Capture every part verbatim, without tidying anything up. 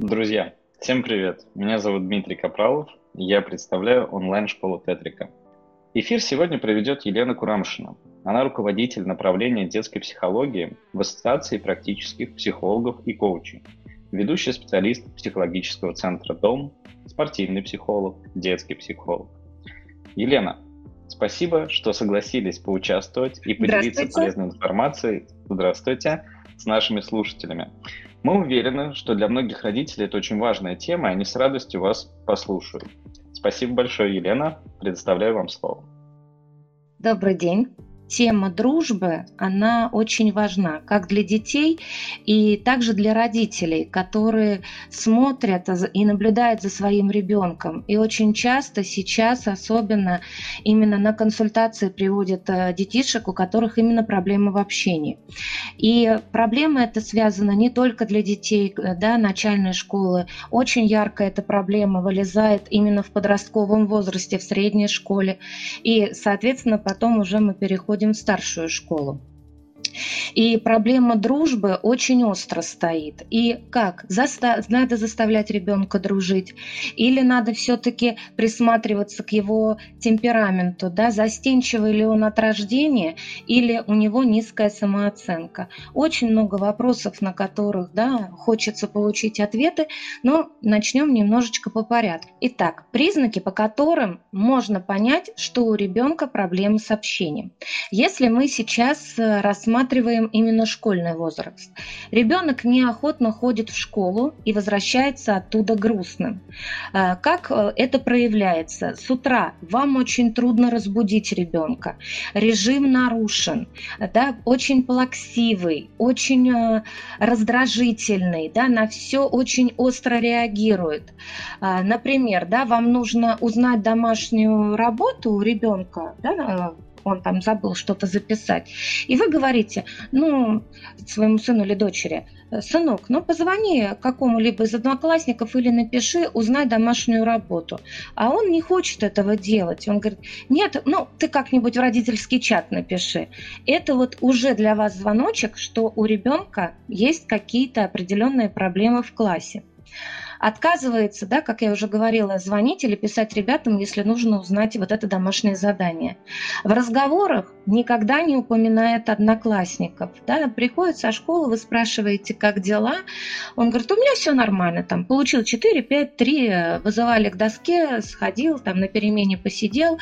Друзья, всем привет! Меня зовут Дмитрий Капралов, и я представляю онлайн-школу Тетрика. Эфир сегодня проведет Елена Курамшина. Она руководитель направления детской психологии в Ассоциации практических психологов и коучей, ведущий специалист психологического центра «Дом», спортивный психолог, детский психолог. Елена, спасибо, что согласились поучаствовать и поделиться полезной информацией. Здравствуйте, с нашими слушателями. Мы уверены, что для многих родителей это очень важная тема, и они с радостью вас послушают. Спасибо большое, Елена. Предоставляю вам слово. Добрый день. Тема дружбы, она очень важна как для детей и также для родителей, которые смотрят и наблюдают за своим ребенком. И очень часто сейчас, особенно именно на консультации приводят детишек, у которых именно проблемы в общении. И проблема эта связана не только для детей, да, начальной школы. Очень ярко эта проблема вылезает именно в подростковом возрасте, в средней школе. И, соответственно, потом уже мы переходим в старшую школу. И проблема дружбы очень остро стоит. И как? Заста- надо заставлять ребенка дружить? Или надо все-таки присматриваться к его темпераменту? Да? Застенчивый ли он от рождения, или у него низкая самооценка? Очень много вопросов, на которых, да, хочется получить ответы, но начнем немножечко по порядку. Итак, признаки, по которым можно понять, что у ребенка проблемы с общением. Если мы сейчас рассматриваем Рассматриваем именно школьный возраст. Ребенок неохотно ходит в школу и возвращается оттуда грустным. Как это проявляется? С утра вам очень трудно разбудить ребенка. Режим нарушен, да, очень плаксивый, очень раздражительный, да, на все очень остро реагирует. Например, да, вам нужно узнать домашнюю работу у ребенка, да, он там забыл что-то записать. И вы говорите, ну, своему сыну или дочери: сынок, ну позвони какому-либо из одноклассников или напиши, узнай домашнюю работу. А он не хочет этого делать. Он говорит: нет, ну ты как-нибудь в родительский чат напиши. Это вот уже для вас звоночек, что у ребенка есть какие-то определенные проблемы в классе. Отказывается, да, как я уже говорила, звонить или писать ребятам, если нужно узнать вот это домашнее задание. В разговорах никогда не упоминает одноклассников. Да. Приходит со школы, вы спрашиваете, как дела. Он говорит: у меня все нормально. Там, получил четыре, пять, три, вызывали к доске, сходил, там, на перемене посидел.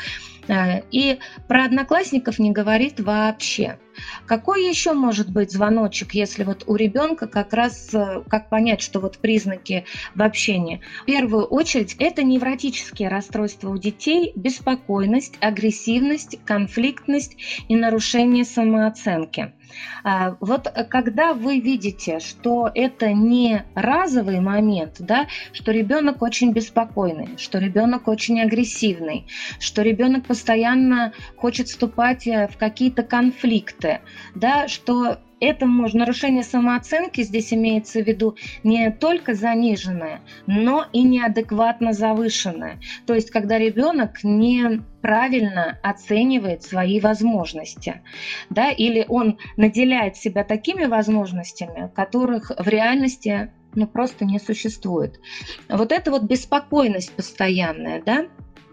И про одноклассников не говорит вообще. Какой еще может быть звоночек, если вот у ребенка как раз, как понять, что вот признаки в общении? В первую очередь это невротические расстройства у детей, беспокойность, агрессивность, конфликтность и нарушение самооценки. Вот когда вы видите, что это не разовый момент, да, что ребенок очень беспокойный, что ребенок очень агрессивный, что ребенок постоянно хочет вступать в какие-то конфликты, да, что это может, нарушение самооценки здесь имеется в виду не только заниженное, но и неадекватно завышенное. То есть, когда ребенок неправильно оценивает свои возможности, да, или он наделяет себя такими возможностями, которых в реальности ну, просто не существует. Вот это вот беспокойность постоянная, да,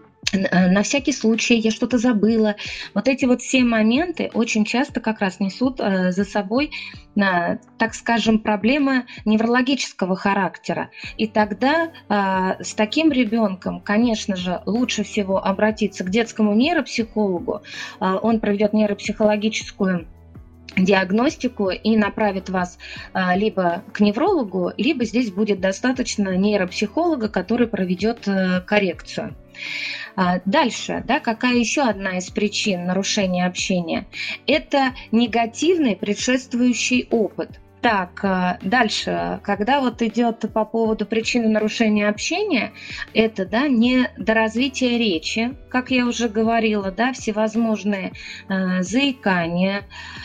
на всякий случай, я что-то забыла. Вот эти вот все моменты очень часто как раз несут за собой, так скажем, проблемы неврологического характера. И тогда с таким ребенком, конечно же, лучше всего обратиться к детскому нейропсихологу. Он проведет нейропсихологическую диагностику и направит вас а, либо к неврологу, либо здесь будет достаточно нейропсихолога, который проведет а, коррекцию. А, дальше, да, какая еще одна из причин нарушения общения? Это негативный предшествующий опыт. Так, дальше, когда вот идет по поводу причины нарушения общения, это, да, недоразвитие речи, как я уже говорила, да, всевозможные э, заикания,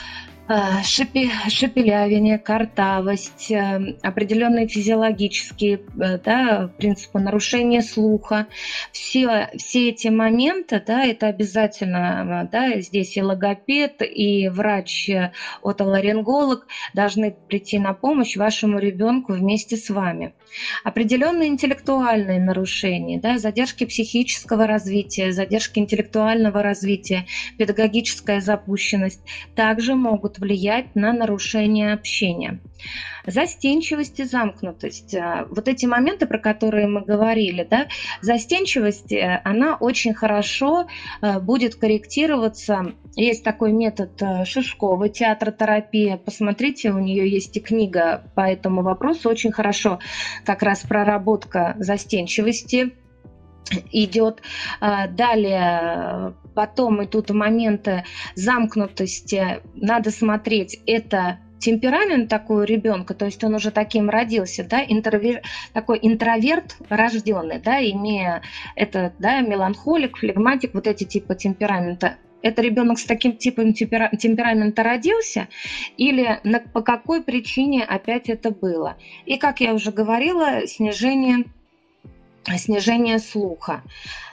А, шепе шепелявение, картавость, э, определенные физиологические, э, да, принципы нарушения слуха. Все все эти моменты, да, это обязательно, а, да, здесь и логопед, и врач, э, отоларинголог должны прийти на помощь вашему ребенку вместе с вами. Определенные интеллектуальные нарушения, да, задержки психического развития, задержки интеллектуального развития, педагогическая запущенность также могут влиять на нарушение общения. Застенчивость и замкнутость. А, Вот эти моменты, про которые мы говорили, да, застенчивость, э, она очень хорошо э, будет корректироваться. Есть такой метод э, Шишковой, театротерапия. Посмотрите, у нее есть и книга по этому вопросу. Очень хорошо как раз проработка застенчивости идет. А, Далее, э, потом идут моменты замкнутости. Надо смотреть, это темперамент такой у ребенка, то есть он уже таким родился, да, интровер, такой интроверт рожденный, да, имея это, да, меланхолик, флегматик, вот эти типы темперамента. Это ребенок с таким типом темпера- темперамента родился, или на- по какой причине опять это было. И, как я уже говорила, снижение, снижение слуха.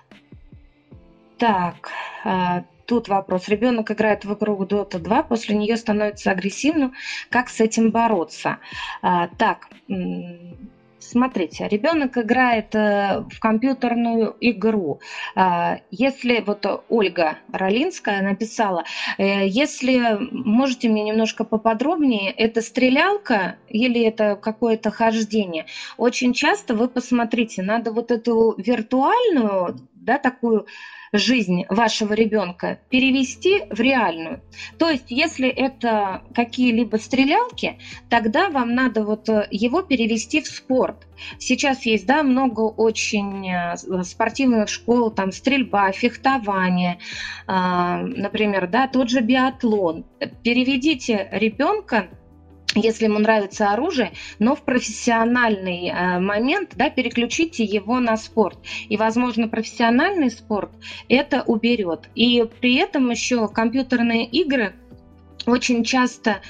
Так, а, тут вопрос. Ребенок играет в игру Дота два, после нее становится агрессивным. Как с этим бороться? А, так, м, смотрите, ребенок играет э, в компьютерную игру. А, Если вот Ольга Ролинская написала, э, если можете мне немножко поподробнее, это стрелялка или это какое-то хождение? Очень часто вы посмотрите, надо вот эту виртуальную, да, такую жизнь вашего ребенка перевести в реальную. То есть, если это какие-либо стрелялки, тогда вам надо вот э, его перевести в спорт. Сейчас есть, да, много очень э, спортивных школ, там стрельба, фехтование, а, например, да, тот же биатлон. Переведите ребенка, если ему нравится оружие, но в профессиональный э, момент, да, переключите его на спорт. И, возможно, профессиональный спорт это уберет. И при этом еще компьютерные игры очень часто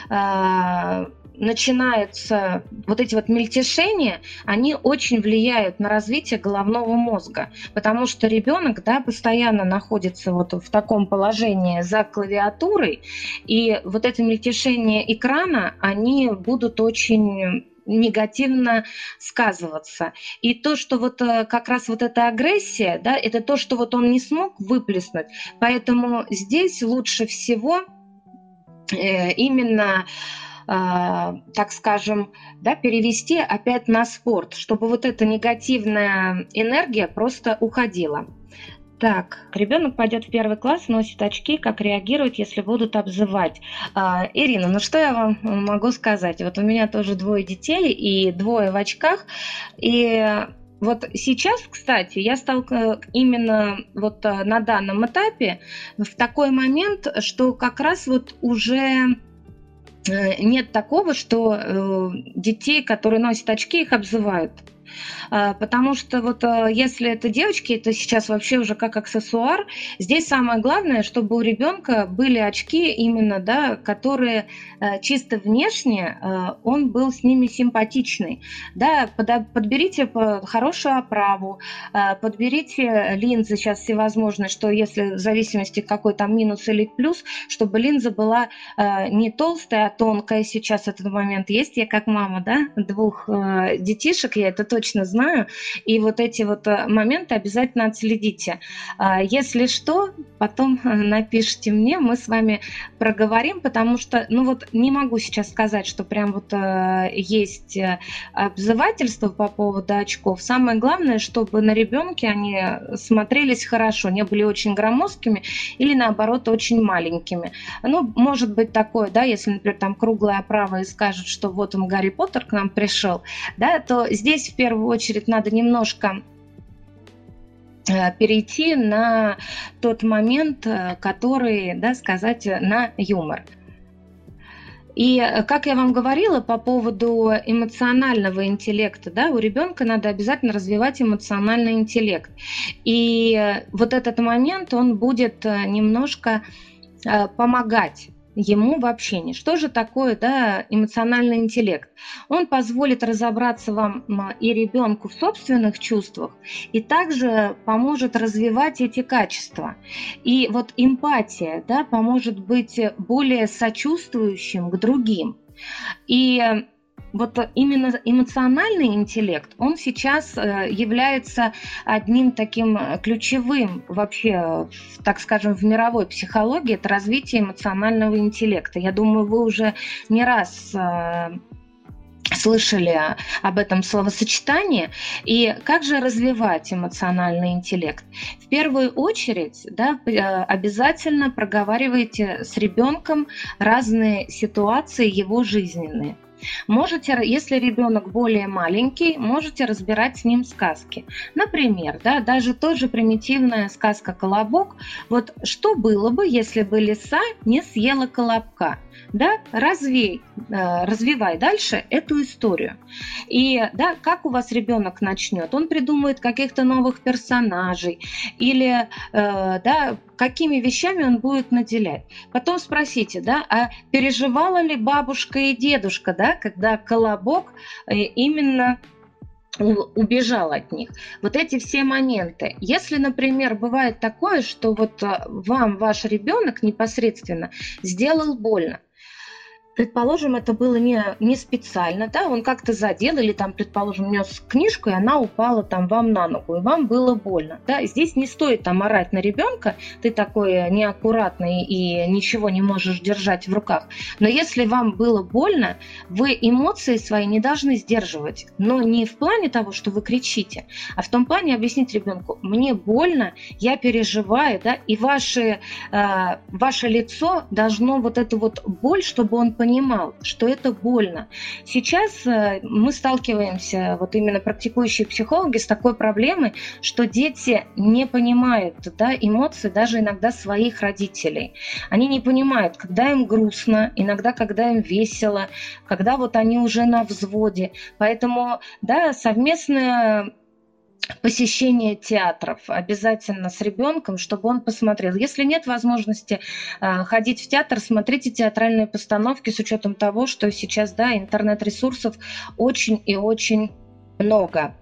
э, начинаются вот эти вот мельтешения, они очень влияют на развитие головного мозга, потому что ребенок, да, постоянно находится вот в таком положении за клавиатурой, и вот это мельтешение экрана, они будут очень негативно сказываться. И то, что вот э, как раз вот эта агрессия, да, это то, что вот он не смог выплеснуть, поэтому здесь лучше всего э, именно, а, так скажем, да, перевести опять на спорт, чтобы вот эта негативная энергия просто уходила. Так, ребенок пойдет в первый класс, носит очки, как реагирует, если будут обзывать? А, Ирина, ну что я вам могу сказать? Вот у меня тоже двое детей и двое в очках, и вот сейчас, кстати, я стала именно вот а, на данном этапе в такой момент, что как раз вот уже э, нет такого, что э, детей, которые носят очки, их обзывают. А, Потому что вот э, если это девочки, это сейчас вообще уже как аксессуар. Здесь самое главное, чтобы у ребенка были очки именно, да, которые э, чисто внешне э, он был с ними симпатичный. Да, подо- подберите по- хорошую оправу, э, подберите линзы сейчас всевозможные, что если в зависимости какой там минус или плюс, чтобы линза была э, не толстая, а тонкая. Сейчас этот момент есть. Я как мама, да, двух э, детишек, я это точно знаю. И вот эти вот э, моменты обязательно отследите. А, Если что, потом э, напишите мне, мы с вами проговорим, потому что, ну вот не могу сейчас сказать, что прям вот э, есть э, обзывательство по поводу очков. Самое главное, чтобы на ребенке они смотрелись хорошо, не были очень громоздкими или наоборот очень маленькими. Ну, может быть такое, да, если, например, там круглая оправа и скажут, что вот он Гарри Поттер к нам пришел, да, то здесь в первую очередь надо немножко э, перейти на тот момент, э, который, да, сказать, э, на юмор. И, э, как я вам говорила по поводу эмоционального интеллекта, да, у ребенка надо обязательно развивать эмоциональный интеллект. И э, вот этот момент, он будет э, немножко э, помогать. ему в общении. Что же такое, да, эмоциональный интеллект? Он позволит разобраться вам и ребенку в собственных чувствах, и также поможет развивать эти качества. И вот эмпатия, да, поможет быть более сочувствующим к другим. И вот именно эмоциональный интеллект, он сейчас является одним таким ключевым вообще, так скажем, в мировой психологии, это развитие эмоционального интеллекта. Я думаю, вы уже не раз слышали об этом словосочетании. И как же развивать эмоциональный интеллект? В первую очередь, да, обязательно проговаривайте с ребенком разные ситуации его жизненные. Можете, если ребенок более маленький, можете разбирать с ним сказки. Например, да, даже тоже примитивная сказка «Колобок». Вот что было бы, если бы лиса не съела колобка? Да, развей, развивай дальше эту историю. И да, как у вас ребенок начнет? Он придумает каких-то новых персонажей или да, какими вещами он будет наделять. Потом спросите, да, а переживала ли бабушка и дедушка, да, когда колобок именно убежал от них. Вот эти все моменты. Если, например, бывает такое, что вот вам ваш ребенок непосредственно сделал больно, предположим, это было не, не специально, да, он как-то задел или там, предположим, нес книжку, и она упала там вам на ногу, и вам было больно, да, здесь не стоит там орать на ребенка, ты такой неаккуратный и ничего не можешь держать в руках, но если вам было больно, вы эмоции свои не должны сдерживать, но не в плане того, что вы кричите, а в том плане объяснить ребенку: мне больно, я переживаю, да, и ваше, э, ваше лицо должно вот эту вот боль, чтобы он понимал, что это больно. Сейчас мы сталкиваемся, вот именно практикующие психологи, с такой проблемой, что дети не понимают, да, эмоции даже иногда своих родителей. Они не понимают, когда им грустно, иногда когда им весело, когда вот они уже на взводе. Поэтому, да, совместное посещение театров обязательно с ребенком, чтобы он посмотрел. Если нет возможности э, ходить в театр, смотрите театральные постановки с учетом того, что сейчас, да, интернет-ресурсов очень и очень много.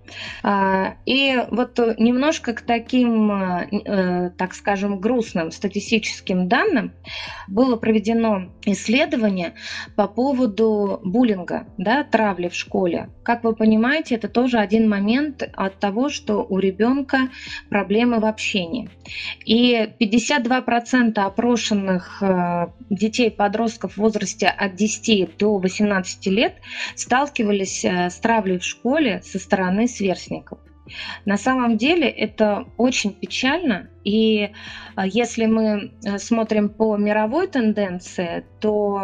И вот немножко к таким, так скажем, грустным статистическим данным было проведено исследование по поводу буллинга, да, травли в школе. Как вы понимаете, это тоже один момент от того, что у ребенка проблемы в общении. И пятьдесят два процента опрошенных детей, подростков в возрасте от десяти до восемнадцати лет сталкивались с травлей в школе со стороны сверстников. На самом деле это очень печально, и если мы смотрим по мировой тенденции, то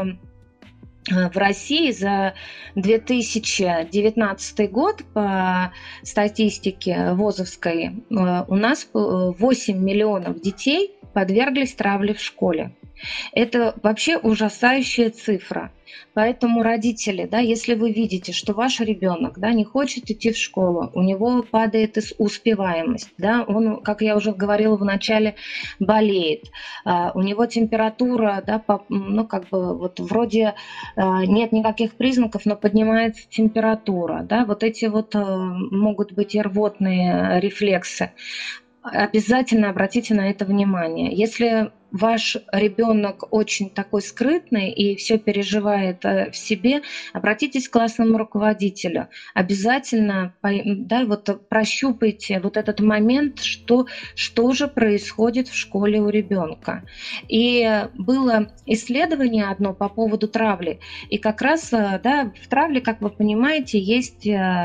в России за две тысячи девятнадцатый год по статистике ВОЗовской у нас восемь миллионов детей подверглись травле в школе. Это вообще ужасающая цифра. Поэтому родители, да, если вы видите, что ваш ребенок, да, не хочет идти в школу, у него падает успеваемость, да, он, как я уже говорила в начале, болеет, а, у него температура, да, по, ну как бы вот вроде а, нет никаких признаков, но поднимается температура, да, вот эти вот а, могут быть и рвотные рефлексы. Обязательно обратите на это внимание. Если ваш ребенок очень такой скрытный и все переживает в себе, обратитесь к классному руководителю. Обязательно, да, вот прощупайте вот этот момент, что, что же происходит в школе у ребенка. И было исследование одно по поводу травли. И как раз, да, в травле, как вы понимаете, есть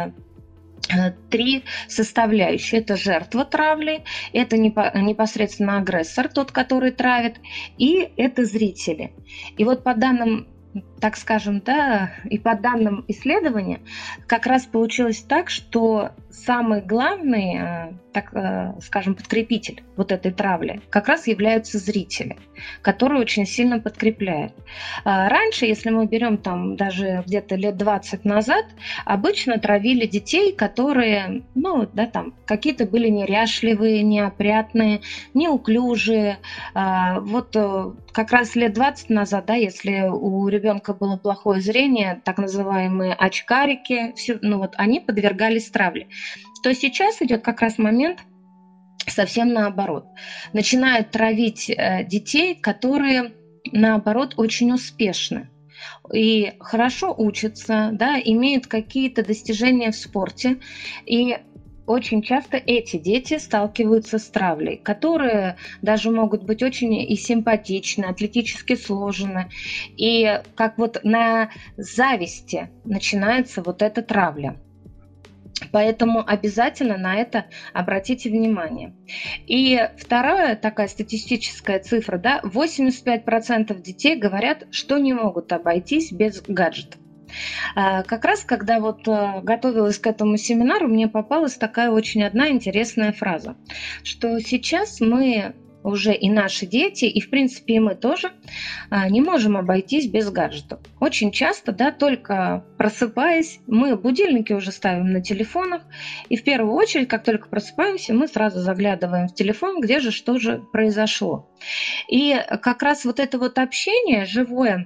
три составляющие. Это жертва травли, это непосредственно агрессор, тот, который травит, и это зрители. И вот по данным, так скажем, да, и по данным исследования, как раз получилось так, что самый главный, э, так э, скажем, подкрепитель вот этой травли как раз являются зрители, которые очень сильно подкрепляют. А раньше, если мы берем там даже где-то лет двадцать назад, обычно травили детей, которые, ну, да, там какие-то были неряшливые, неопрятные, неуклюжие. А, вот э, как раз лет двадцать назад, да, если у ребенка было плохое зрение, так называемые очкарики, все, ну вот они подвергались травле. То сейчас идет как раз момент совсем наоборот. Начинают травить э, детей, которые, наоборот, очень успешны и хорошо учатся, да, имеют какие-то достижения в спорте. И очень часто эти дети сталкиваются с травлей, которые даже могут быть очень и симпатичны, атлетически сложены. И как вот на зависти начинается вот эта травля. Поэтому обязательно на это обратите внимание. И вторая такая статистическая цифра, да, восемьдесят пять процентов детей говорят, что не могут обойтись без гаджетов. Как раз, когда вот готовилась к этому семинару, мне попалась такая очень одна интересная фраза, что сейчас мы уже и наши дети, и в принципе и мы тоже не можем обойтись без гаджетов. Очень часто, да, только просыпаясь, мы будильники уже ставим на телефонах, и в первую очередь, как только просыпаемся, мы сразу заглядываем в телефон, где же что же произошло. И как раз вот это вот общение, живое,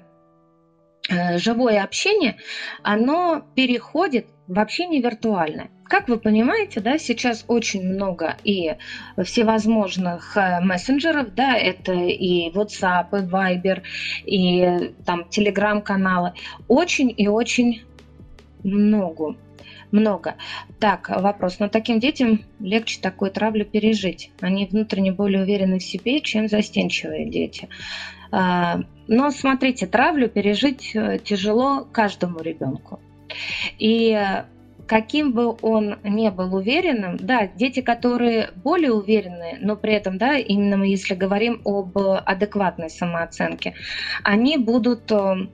живое общение, оно переходит в общение виртуальное. Как вы понимаете, да, сейчас очень много и всевозможных мессенджеров, да, это и WhatsApp, и Viber, и там Telegram-каналы. Очень и очень много. Много. Так, вопрос. Но таким детям легче такую травлю пережить. Они внутренне более уверены в себе, чем застенчивые дети. Но смотрите, травлю пережить тяжело каждому ребенку. И каким бы он ни был уверенным, да, дети, которые более уверенные, но при этом, да, именно мы, если говорим об адекватной самооценке, они будут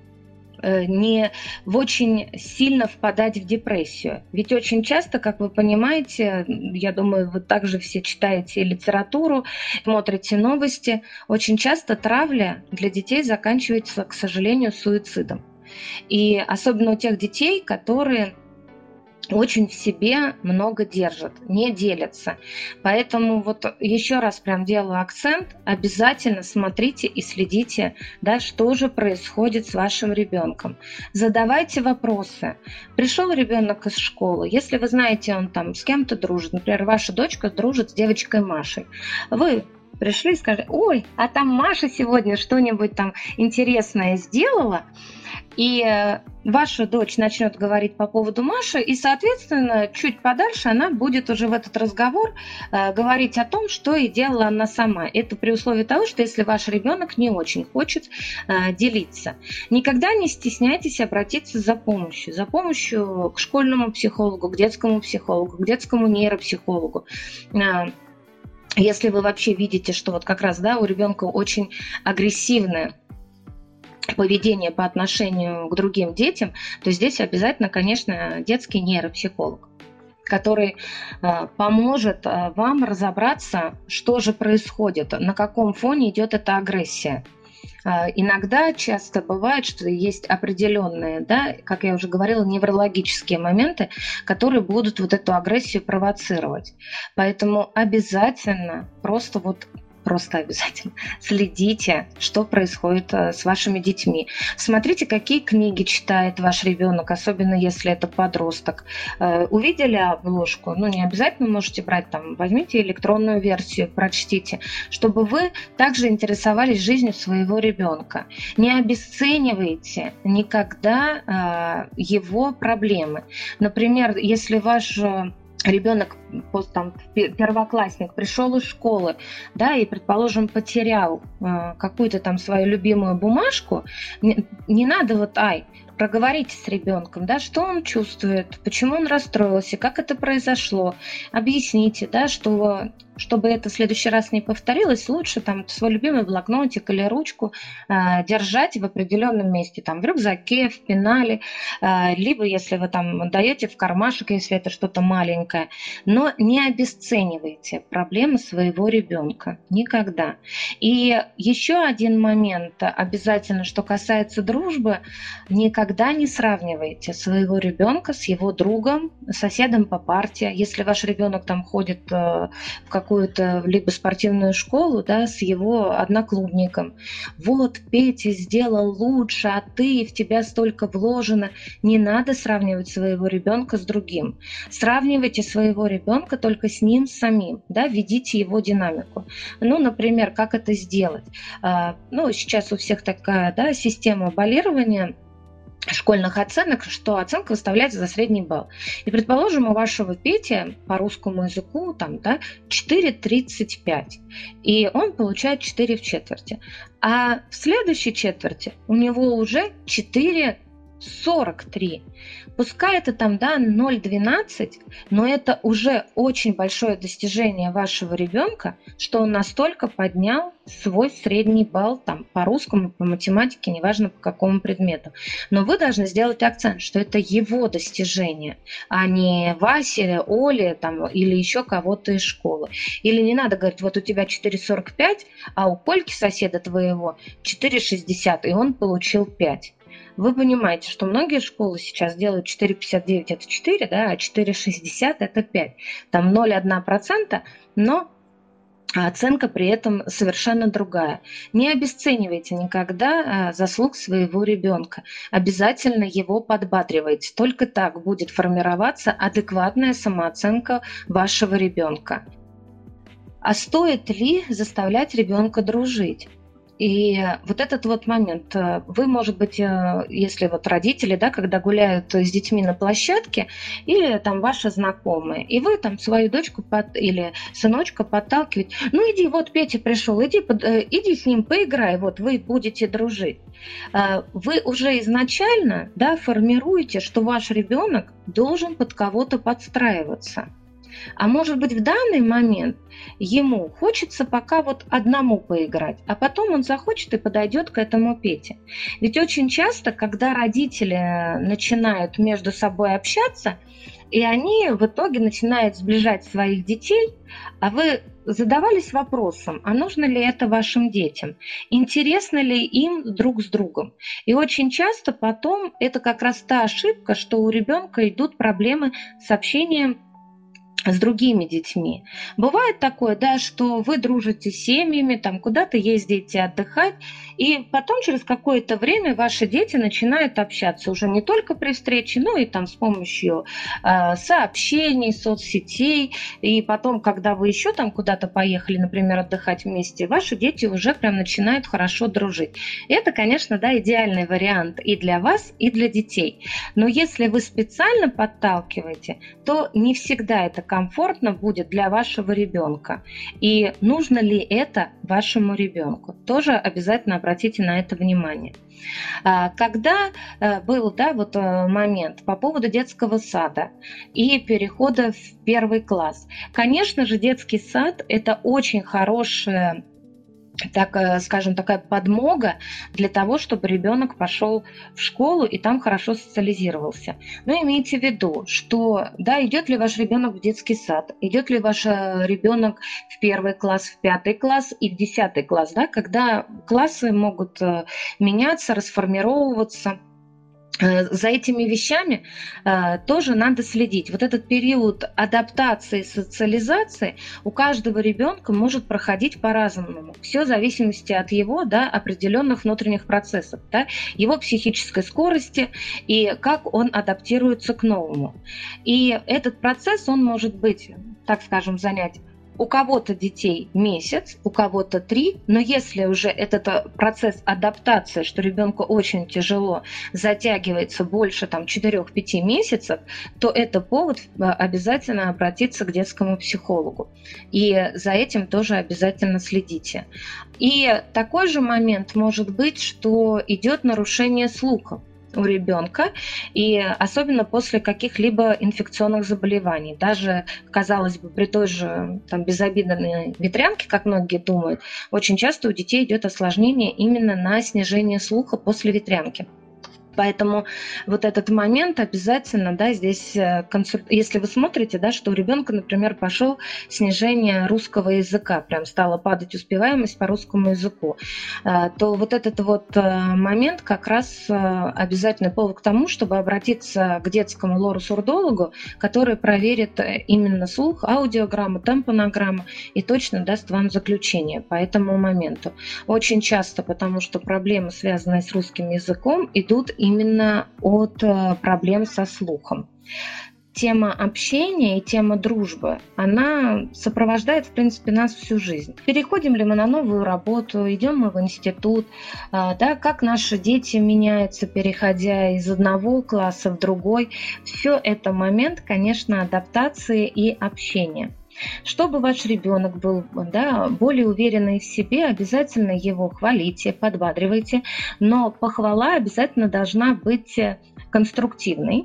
не в очень сильно впадать в депрессию. Ведь очень часто, как вы понимаете, я думаю, вы также все читаете литературу, смотрите новости, очень часто травля для детей заканчивается, к сожалению, суицидом. И особенно у тех детей, которые очень в себе много держат, не делятся. Поэтому вот еще раз прям делаю акцент, обязательно смотрите и следите, да, что же происходит с вашим ребенком. Задавайте вопросы. Пришел ребенок из школы, если вы знаете, он там с кем-то дружит, например, ваша дочка дружит с девочкой Машей, вы пришли и скажете: ой, а там Маша сегодня что-нибудь там интересное сделала, и ваша дочь начнет говорить по поводу Маши, и, соответственно, чуть подальше она будет уже в этот разговор э, говорить о том, что и делала она сама. Это при условии того, что если ваш ребенок не очень хочет э, делиться. Никогда не стесняйтесь обратиться за помощью. За помощью к школьному психологу, к детскому психологу, к детскому нейропсихологу. Э, если вы вообще видите, что вот как раз, да, у ребенка очень агрессивное поведение по отношению к другим детям, то здесь обязательно, конечно, детский нейропсихолог, который э, поможет э, вам разобраться, что же происходит, на каком фоне идет эта агрессия. Э, иногда, часто бывает, что есть определенные, да, как я уже говорила, неврологические моменты, которые будут вот эту агрессию провоцировать. Поэтому обязательно просто вот Просто обязательно следите, что происходит с вашими детьми. Смотрите, какие книги читает ваш ребенок, особенно если это подросток. Увидели обложку, ну не обязательно можете брать, там, возьмите электронную версию, прочтите, чтобы вы также интересовались жизнью своего ребенка. Не обесценивайте никогда его проблемы. Например, если ваш ребенок, там, первоклассник, пришел из школы, да, и, предположим, потерял э, какую-то там свою любимую бумажку, не, не надо вот, ай, проговорите с ребенком, да, что он чувствует, почему он расстроился, как это произошло, объясните, да, что чтобы это в следующий раз не повторилось, лучше там свой любимый блокнотик или ручку э, держать в определенном месте, там в рюкзаке, в пенале, э, либо если вы там даете в кармашек, если это что-то маленькое, но не обесценивайте проблемы своего ребенка никогда. И еще один момент обязательно, что касается дружбы, никогда не сравнивайте своего ребенка с его другом, соседом по парте. Если ваш ребенок там ходит э, в какую-то либо спортивную школу, да, с его одноклубником. Вот, Петя сделал лучше, а ты, в тебя столько вложено. Не надо сравнивать своего ребенка с другим. Сравнивайте своего ребенка только с ним самим, да, ведите его динамику. Ну, например, как это сделать? А, ну, сейчас у всех такая, да, система баллирования школьных оценок, что оценка выставляется за средний балл. И, предположим, у вашего Пети по русскому языку там, да, четыре тридцать пять, и он получает четыре в четверти. А в следующей четверти у него уже четыре сорок три. Пускай это там, да, ноль двенадцать, но это уже очень большое достижение вашего ребенка, что он настолько поднял свой средний балл там, по русскому, по математике, неважно по какому предмету. Но вы должны сделать акцент, что это его достижение, а не Васи, Оли там, или еще кого-то из школы. Или не надо говорить, вот у тебя четыре сорок пять, а у Кольки, соседа твоего, четыре шестьдесят, и он получил пять. Вы понимаете, что многие школы сейчас делают четыре пятьдесят девять это четыре, да, а четыре шестьдесят это пять. Там ноль целых одна десятая процента, но оценка при этом совершенно другая. Не обесценивайте никогда заслуг своего ребенка. Обязательно его подбадривайте. Только так будет формироваться адекватная самооценка вашего ребенка. А стоит ли заставлять ребенка дружить? И вот этот вот момент, вы, может быть, если вот родители, да, когда гуляют с детьми на площадке, или там ваши знакомые, и вы там свою дочку под, или сыночка подталкиваете, ну иди, вот Петя пришел, иди, под, иди с ним поиграй, вот вы будете дружить. Вы уже изначально, да, формируете, что ваш ребенок должен под кого-то подстраиваться. А может быть, в данный момент ему хочется пока вот одному поиграть, а потом он захочет и подойдет к этому Пете. Ведь очень часто, когда родители начинают между собой общаться, и они в итоге начинают сближать своих детей, а вы задавались вопросом, а нужно ли это вашим детям? Интересно ли им друг с другом? И очень часто потом это как раз та ошибка, что у ребенка идут проблемы с общением с другими детьми. Бывает такое, да, что вы дружите с семьями, там куда-то ездите отдыхать, и потом через какое-то время ваши дети начинают общаться уже не только при встрече, но и там с помощью э, сообщений, соцсетей, и потом, когда вы еще там куда-то поехали, например, отдыхать вместе, ваши дети уже прям начинают хорошо дружить. И это, конечно, да, идеальный вариант и для вас, и для детей. Но если вы специально подталкиваете, то не всегда это комфортно будет для вашего ребенка. И нужно ли это вашему ребенку? Тоже обязательно обратите на это внимание. Когда был, да, вот момент по поводу детского сада и перехода в первый класс. Конечно же, детский сад – это очень хорошая, так, скажем, такая подмога для того, чтобы ребенок пошел в школу и там хорошо социализировался. Но имейте в виду, что, да, идет ли ваш ребенок в детский сад, идет ли ваш ребенок в первый класс, в пятый класс и в десятый класс, да, когда классы могут меняться, расформировываться. За этими вещами э, тоже надо следить. Вот этот период адаптации, социализации у каждого ребенка может проходить по-разному. Все в зависимости от его, да, определенных внутренних процессов, да, его психической скорости и как он адаптируется к новому. И этот процесс, он может быть, так скажем, занять у кого-то детей месяц, у кого-то три, но если уже этот процесс адаптации, что ребенку очень тяжело, затягивается больше там, четыре-пять месяцев, то это повод обязательно обратиться к детскому психологу. И за этим тоже обязательно следите. И такой же момент может быть, что идет нарушение слуха. у ребенка, и особенно после каких-либо инфекционных заболеваний. Даже, казалось бы, при той же там, безобидной ветрянке, как многие думают, очень часто у детей идет осложнение именно на снижение слуха после ветрянки. Поэтому вот этот момент обязательно, да, здесь, консуль... если вы смотрите, да, что у ребенка, например, пошел снижение русского языка, прям стала падать успеваемость по русскому языку, то вот этот вот момент как раз обязательный повод к тому, чтобы обратиться к детскому лору-сурдологу, который проверит именно слух, аудиограмму, темпонограмму и точно даст вам заключение по этому моменту. Очень часто, потому что проблемы, связанные с русским языком, идут именно от проблем со слухом. Тема общения и тема дружбы, она сопровождает, в принципе, нас всю жизнь. Переходим ли мы на новую работу, идем мы в институт, да, как наши дети меняются, переходя из одного класса в другой. Все это момент, конечно, адаптации и общения. Чтобы ваш ребенок был, да, более уверенный в себе, обязательно его хвалите, подбадривайте, но похвала обязательно должна быть конструктивной.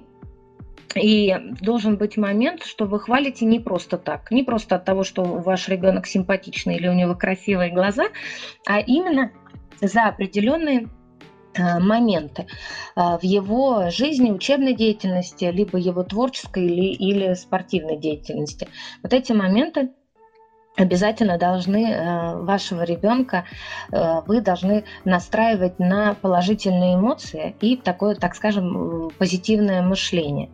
И должен быть момент, что вы хвалите не просто так, не просто от того, что ваш ребенок симпатичный или у него красивые глаза, а именно за определенные моменты в его жизни, учебной деятельности, либо его творческой или, или спортивной деятельности. Вот эти моменты обязательно должны вашего ребенка, вы должны настраивать на положительные эмоции и такое, так скажем, позитивное мышление.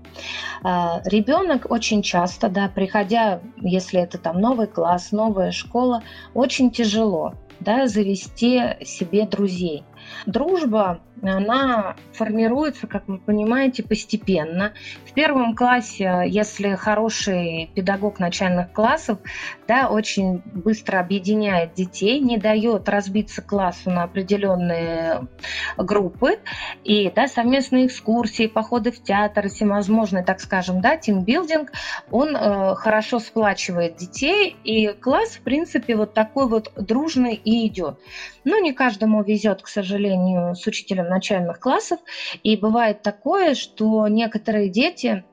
Ребенок очень часто, да, приходя, если это там новый класс, новая школа, очень тяжело, да, завести себе друзей. Дружба, она формируется, как вы понимаете, постепенно. В первом классе, если хороший педагог начальных классов, да, очень быстро объединяет детей, не дает разбиться классу на определенные группы, и, да, совместные экскурсии, походы в театр, всевозможные, так скажем, да, тимбилдинг, он э, хорошо сплачивает детей, и класс, в принципе, вот такой вот дружный и идет. Но не каждому везет, к сожалению, с учителем начальных классов. И бывает такое, что некоторые дети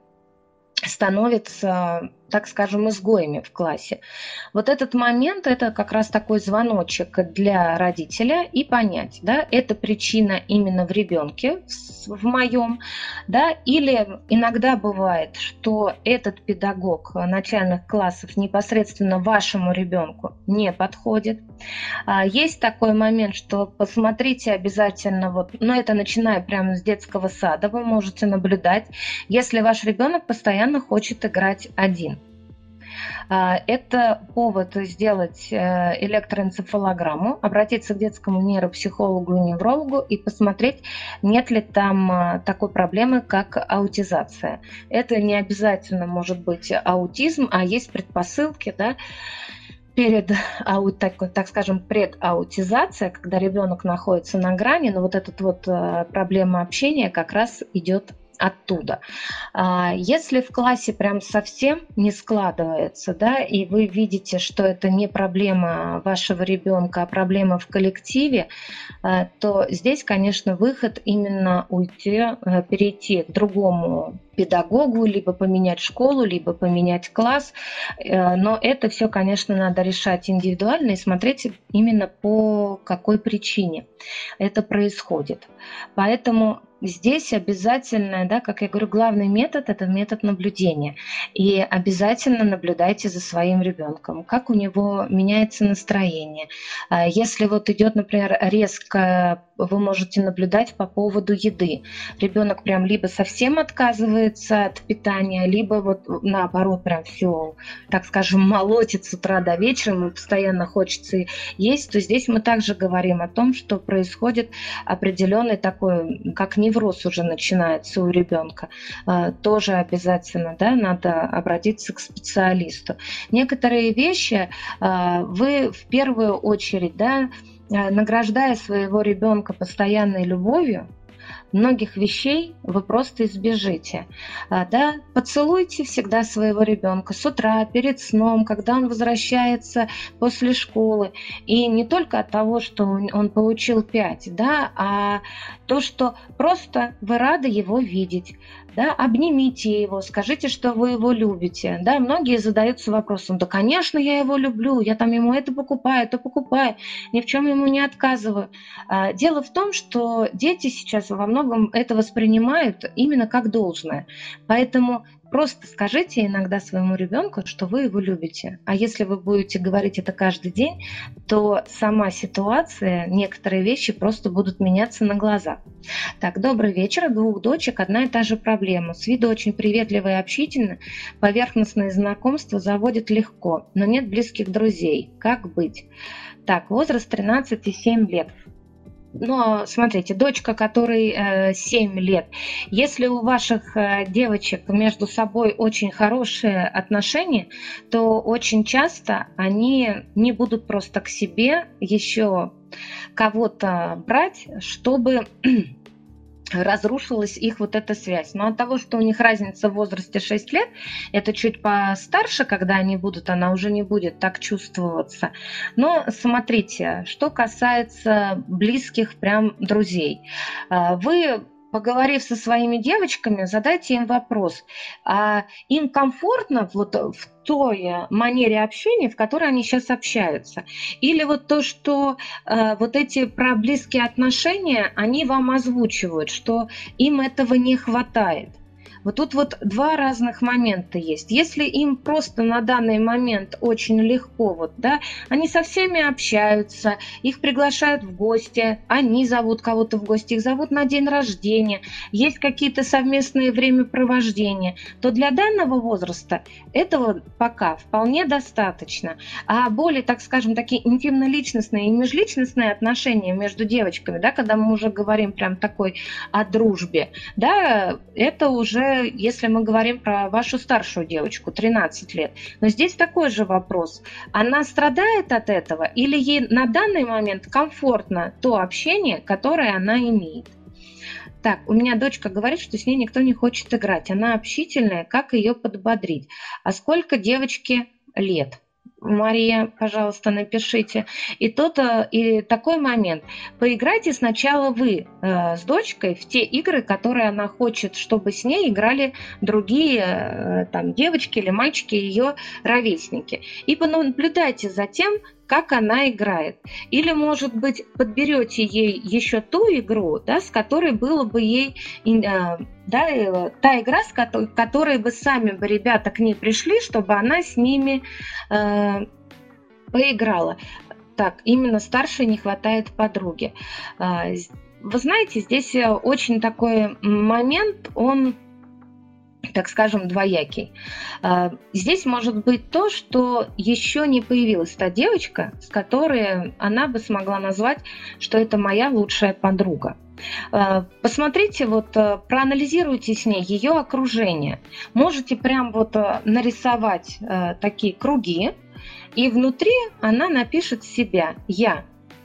становятся, так скажем, изгоями в классе. Вот этот момент – это как раз такой звоночек для родителя и понять, да, это причина именно в ребенке, в моем, да, или иногда бывает, что этот педагог начальных классов непосредственно вашему ребенку не подходит. Есть такой момент, что посмотрите обязательно, вот, ну это начиная прямо с детского сада, вы можете наблюдать, если ваш ребенок постоянно хочет играть один. Это повод сделать электроэнцефалограмму, обратиться к детскому нейропсихологу и неврологу и посмотреть, нет ли там такой проблемы, как аутизация. Это не обязательно может быть аутизм, а есть предпосылки, да, перед, так, так скажем, предаутизация, когда ребенок находится на грани, но вот эта вот проблема общения как раз идет оттуда. Если в классе прям совсем не складывается, да, и вы видите, что это не проблема вашего ребенка, а проблема в коллективе, то здесь, конечно, выход именно уйти, перейти к другому педагогу, либо поменять школу, либо поменять класс. Но это все, конечно, надо решать индивидуально и смотреть именно по какой причине это происходит. Поэтому здесь обязательно, да, как я говорю, главный метод – это метод наблюдения. И обязательно наблюдайте за своим ребенком, как у него меняется настроение. Если вот идет, например, резко, вы можете наблюдать по поводу еды. Ребенок прям либо совсем отказывается от питания, либо вот наоборот прям все, так скажем, молотит с утра до вечера, ему постоянно хочется есть, то здесь мы также говорим о том, что происходит определенный такой, как невроз уже начинается у ребенка. Тоже обязательно, да, надо обратиться к специалисту. Некоторые вещи вы в первую очередь, да, награждая своего ребенка постоянной любовью, многих вещей вы просто избежите. А, да? Поцелуйте всегда своего ребенка с утра, перед сном, когда он возвращается после школы. И не только от того, что он он получил пять, да, а то, что просто вы рады его видеть. Да, обнимите его, скажите, что вы его любите. Да, многие задаются вопросом: да, конечно, я его люблю, я там ему это покупаю, это покупаю, ни в чем ему не отказываю. А, дело в том, что дети сейчас во многом это воспринимают именно как должное. Поэтому просто скажите иногда своему ребенку, что вы его любите. А если вы будете говорить это каждый день, то сама ситуация, некоторые вещи просто будут меняться на глазах. Так, добрый вечер. У двух дочек одна и та же проблема. С виду очень приветливая и общительна, поверхностные знакомства заводят легко, но нет близких друзей. Как быть? Так, возраст тринадцать и семь лет. Но смотрите, дочка, которой э, семь лет, если у ваших э, девочек между собой очень хорошие отношения, то очень часто они не будут просто к себе еще кого-то брать, чтобы разрушилась их вот эта связь. Но от того, что у них разница в возрасте шесть лет, это чуть постарше, когда они будут, она уже не будет так чувствоваться. Но смотрите, что касается близких прям друзей. Вы, поговорив со своими девочками, задайте им вопрос, а им комфортно вот в той манере общения, в которой они сейчас общаются? Или вот то, что э, вот эти про близкие отношения, они вам озвучивают, что им этого не хватает? Вот тут вот два разных момента есть. Если им просто на данный момент очень легко, вот, да, они со всеми общаются, их приглашают в гости, они зовут кого-то в гости, их зовут на день рождения, есть какие-то совместные времяпровождения, то для данного возраста этого пока вполне достаточно. А более, так скажем, такие интимно-личностные и межличностные отношения между девочками, да, когда мы уже говорим прям такой о дружбе, да, это уже если мы говорим про вашу старшую девочку, тринадцать лет. Но здесь такой же вопрос. Она страдает от этого или ей на данный момент комфортно то общение, которое она имеет? Так, у меня дочка говорит, что с ней никто не хочет играть. Она общительная, как ее подбодрить? А сколько девочке лет? Мария, пожалуйста, напишите. И тот, и такой момент. Поиграйте сначала вы э, с дочкой в те игры, которые она хочет, чтобы с ней играли другие э, там, девочки или мальчики, ее ровесники. И понаблюдайте за тем, как она играет. Или, может быть, подберете ей еще ту игру, да, с которой было бы ей, да, та игра, с которой, которой бы сами бы ребята к ней пришли, чтобы она с ними э, поиграла. Так, именно старшей не хватает подруги. Вы знаете, здесь очень такой момент, он, так скажем, двоякий. Здесь может быть то, что еще не появилась та девочка, с которой она бы смогла назвать, что это моя лучшая подруга. Посмотрите, вот проанализируйте с ней ее окружение. Можете прям вот нарисовать такие круги, и внутри она напишет себя «я».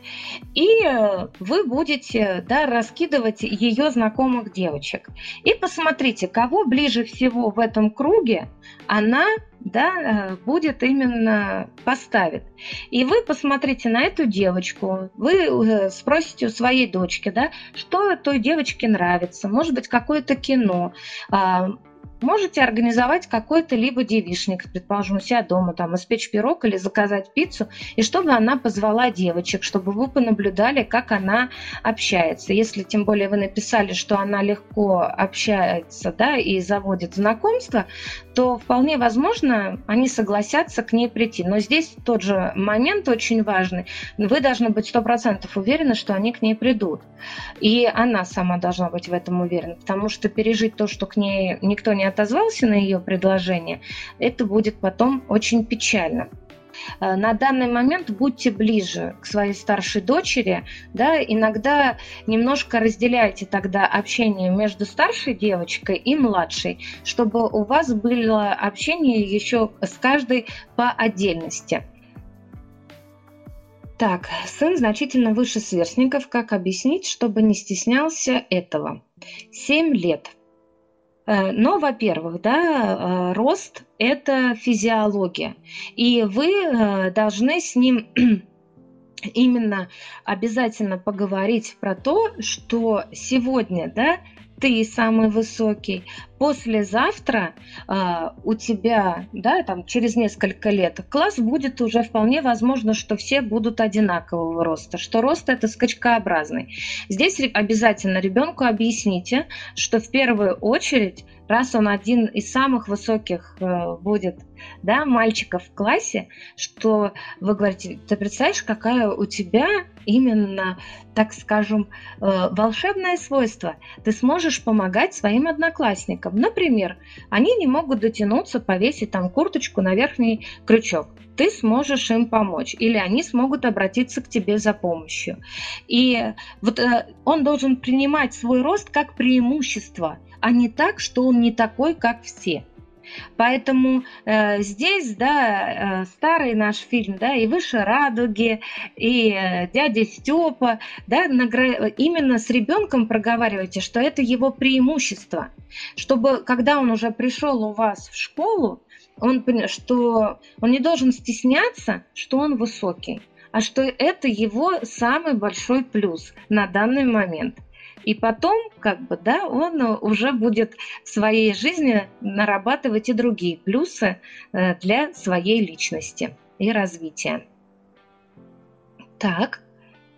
И вы будете, да, раскидывать ее знакомых девочек. И посмотрите, кого ближе всего в этом круге она, да, будет именно поставит. И вы посмотрите на эту девочку, вы спросите у своей дочки, да, что той девочке нравится, может быть, какое-то кино. Можете организовать какой-то либо девичник, предположим, у себя дома, там, испечь пирог или заказать пиццу, и чтобы она позвала девочек, чтобы вы понаблюдали, как она общается. Если, тем более, вы написали, что она легко общается, да, и заводит знакомства, то вполне возможно, они согласятся к ней прийти. Но здесь тот же момент очень важный. Вы должны быть сто процентов уверены, что они к ней придут. И она сама должна быть в этом уверена, потому что пережить то, что к ней никто не отозвался на ее предложение, это будет потом очень печально. На данный момент будьте ближе к своей старшей дочери, да, иногда немножко разделяйте тогда общение между старшей девочкой и младшей, чтобы у вас было общение еще с каждой по отдельности. Так, сын значительно выше сверстников. Как объяснить, чтобы не стеснялся этого? Семь лет. Э, но, во-первых, да, э, рост- это физиология, и вы, э, должны с ним именно обязательно поговорить про то, что сегодня, да, ты самый высокий, послезавтра, а, у тебя, да, там через несколько лет класс будет уже вполне возможно, что все будут одинакового роста, что рост- это скачкообразный. Здесь ре обязательно ребенку объясните, что в первую очередь, раз он один из самых высоких, э, будет, да, мальчиков в классе, что вы говорите: "Ты представляешь, какая у тебя именно, так скажем, э, волшебное свойство. Ты сможешь помогать своим одноклассникам. Например, они не могут дотянуться, повесить там курточку на верхний крючок. Ты сможешь им помочь, или они смогут обратиться к тебе за помощью". И вот, э, он должен принимать свой рост как преимущество, а не так, что он не такой, как все. Поэтому, э, здесь, да, э, старый наш фильм, да, "И выше радуги", и, э, "Дядя Степа", да, награ именно с ребенком проговаривайте, что это его преимущество, чтобы, когда он уже пришел у вас в школу, он поня что он не должен стесняться, что он высокий, а что это его самый большой плюс на данный момент. И потом, как бы, да, он уже будет в своей жизни нарабатывать и другие плюсы, э, для своей личности и развития. Так.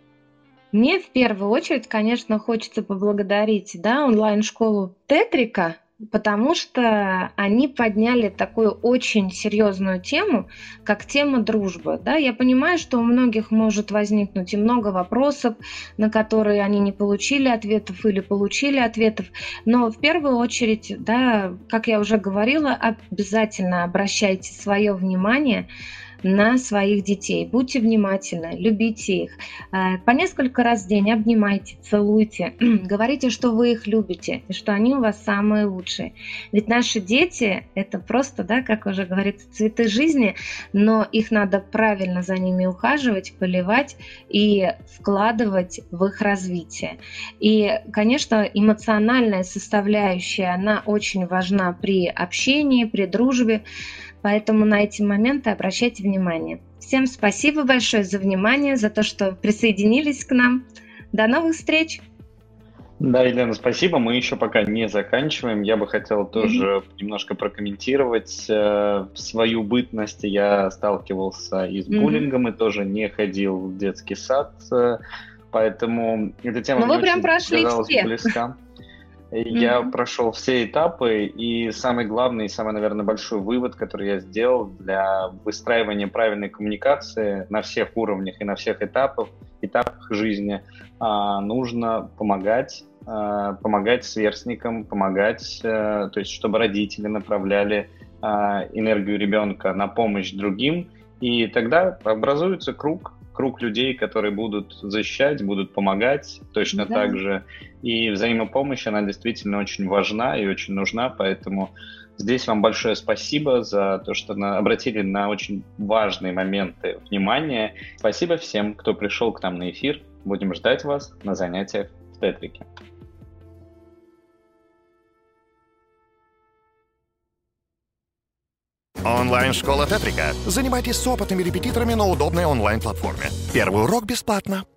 Мне в первую очередь, конечно, хочется поблагодарить, да, онлайн-школу Тетрика, потому что они подняли такую очень серьезную тему, как тема дружбы, да. Я понимаю, что у многих может возникнуть и много вопросов, на которые они не получили ответов или получили ответов, но в первую очередь, да, как я уже говорила, обязательно обращайте свое внимание на своих детей. Будьте внимательны, любите их. Э, по несколько раз в день обнимайте, целуйте, говорите, что вы их любите и что они у вас самые лучшие. Ведь наши дети- это просто, да, как уже говорится, цветы жизни, но их надо правильно за ними ухаживать, поливать и вкладывать в их развитие. И, конечно, эмоциональная составляющая, она очень важна при общении, при дружбе, поэтому на эти моменты обращайте внимание. Всем спасибо большое за внимание, за то, что присоединились к нам. До новых встреч! Да, Елена, спасибо. Мы еще пока не заканчиваем. Я бы хотел тоже Мгм. немножко прокомментировать э, свою бытность. Я сталкивался и с Мгм. буллингом, и тоже не ходил в детский сад, э, поэтому эта тема Ну, мне вы прям очень прошли казалась все. близка. Я Мгм. прошел все этапы, и самый главный, самый, наверное, большой вывод, который я сделал для выстраивания правильной коммуникации на всех уровнях и на всех этапах, этапах жизни, а, нужно помогать, а, помогать сверстникам, помогать, а, то есть чтобы родители направляли а, энергию ребенка на помощь другим, и тогда образуется круг, круг людей, которые будут защищать, будут помогать точно Да. так же. И взаимопомощь, она действительно очень важна и очень нужна, поэтому здесь вам большое спасибо за то, что на, обратили на очень важные моменты внимания. Спасибо всем, кто пришел к нам на эфир. Будем ждать вас на занятиях в Тетрике. Онлайн-школа Тетрика. Занимайтесь с опытными репетиторами на удобной онлайн-платформе. Первый урок бесплатно.